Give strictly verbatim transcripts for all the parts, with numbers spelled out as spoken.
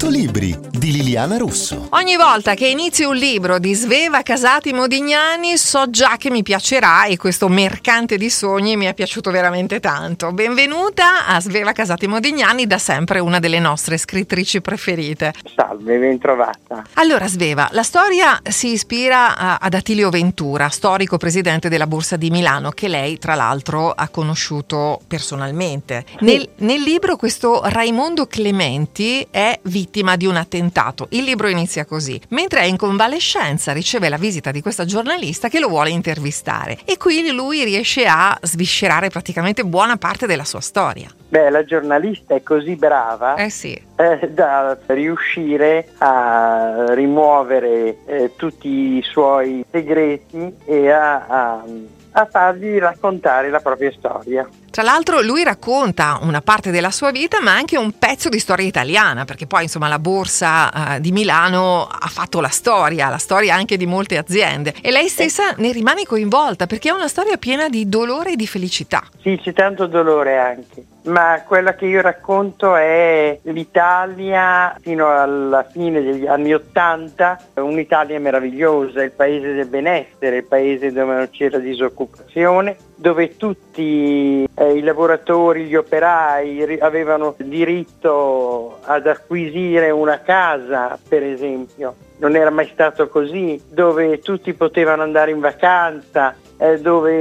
cento libri di Liliana Russo. Ogni volta che inizi un libro di Sveva Casati Modignani so già che mi piacerà, e questo Mercante di sogni mi è piaciuto veramente tanto. Benvenuta a Sveva Casati Modignani, da sempre una delle nostre scrittrici preferite. Salve, ben trovata. Allora Sveva, la storia si ispira a, ad Attilio Ventura, storico presidente della Borsa di Milano, che lei tra l'altro ha conosciuto personalmente. Sì. Nel, nel libro questo Raimondo Clementi è vittima di un attentato. Il libro inizia così: mentre è in convalescenza riceve la visita di questa giornalista che lo vuole intervistare, e qui lui riesce a sviscerare praticamente buona parte della sua storia. Beh, la giornalista è così brava Eh sì. eh, da riuscire a rimuovere eh, tutti i suoi segreti e a, a, a fargli raccontare la propria storia. Tra l'altro lui racconta una parte della sua vita, ma anche un pezzo di storia italiana, perché poi insomma la Borsa uh, di Milano ha fatto la storia, la storia anche di molte aziende, e lei stessa ne rimane coinvolta perché è una storia piena di dolore e di felicità. Sì, c'è tanto dolore anche, ma quella che io racconto è l'Italia fino alla fine degli anni Ottanta, un'Italia meravigliosa, il paese del benessere, il paese dove non c'era disoccupazione, dove tutti eh, i lavoratori, gli operai ri- avevano diritto ad acquisire una casa, per esempio. Non era mai stato così, dove tutti potevano andare in vacanza, eh,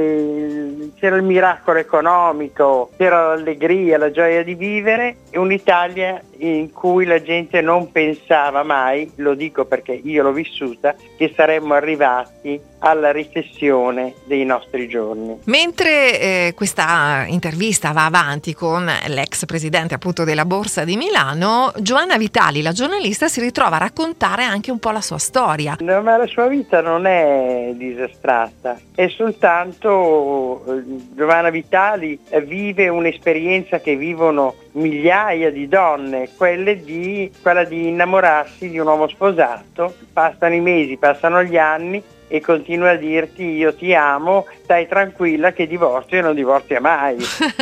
dove c'era il miracolo economico, c'era l'allegria, la gioia di vivere, e un'Italia in cui la gente non pensava mai, lo dico perché io l'ho vissuta, che saremmo arrivati alla recessione dei nostri giorni. Mentre eh, questa intervista va avanti con l'ex presidente appunto della Borsa di Milano, Giovanna Vitali, la giornalista, si ritrova a raccontare anche un po' la sua storia. No, ma la sua vita non è disastrata, è soltanto eh, Giovanna Vitali eh, vive un'esperienza che vivono migliaia di donne, quelle di, quella di innamorarsi di un uomo sposato. Passano i mesi, passano gli anni e continua a dirti io ti amo, stai tranquilla che divorzio e non divorzia mai.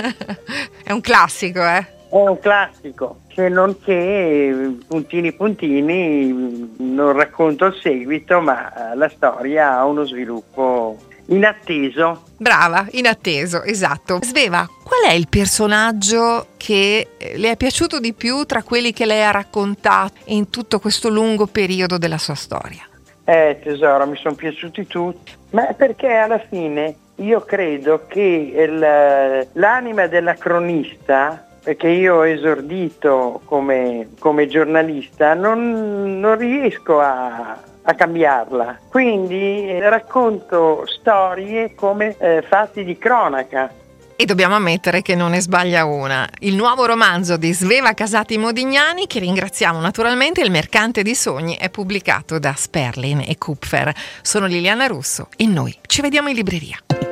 È un classico, eh? È un classico, se non che puntini puntini, non racconto il seguito, ma la storia ha uno sviluppo inatteso. Brava, inatteso, esatto. Sveva, qual è il personaggio che le è piaciuto di più tra quelli che lei ha raccontato in tutto questo lungo periodo della sua storia? Eh tesoro, mi sono piaciuti tutti, ma perché alla fine io credo che il, l'anima della cronista, perché io ho esordito come, come giornalista, non, non riesco a, a cambiarla, quindi racconto storie come eh, fatti di cronaca. E dobbiamo ammettere che non ne sbaglia una. Il nuovo romanzo di Sveva Casati Modignani, che ringraziamo naturalmente, Il Mercante di sogni, è pubblicato da Sperlin e Kupfer. Sono Liliana Russo e noi ci vediamo in libreria.